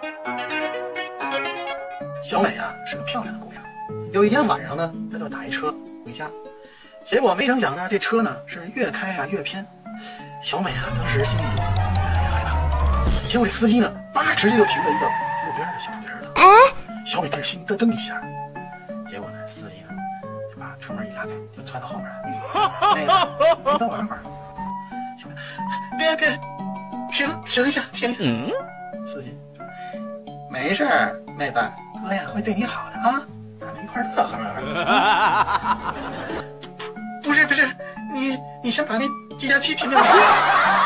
小美啊是个漂亮的姑娘，有一天晚上呢，她就打一车回家，结果没成想呢，这车呢是越开啊越偏。小美啊当时心里就越来越害怕，结果这司机呢直接就停在一个路边的小路边了。小美当时心咯噔一下，结果呢司机呢就把车门一拉开，就窜到后面来。妹子，您等会儿。小美，别，停一下。司机，没事儿，妹子，哥呀会对你好的啊，咱们一块乐呵。不是，你先把那计价器停下来。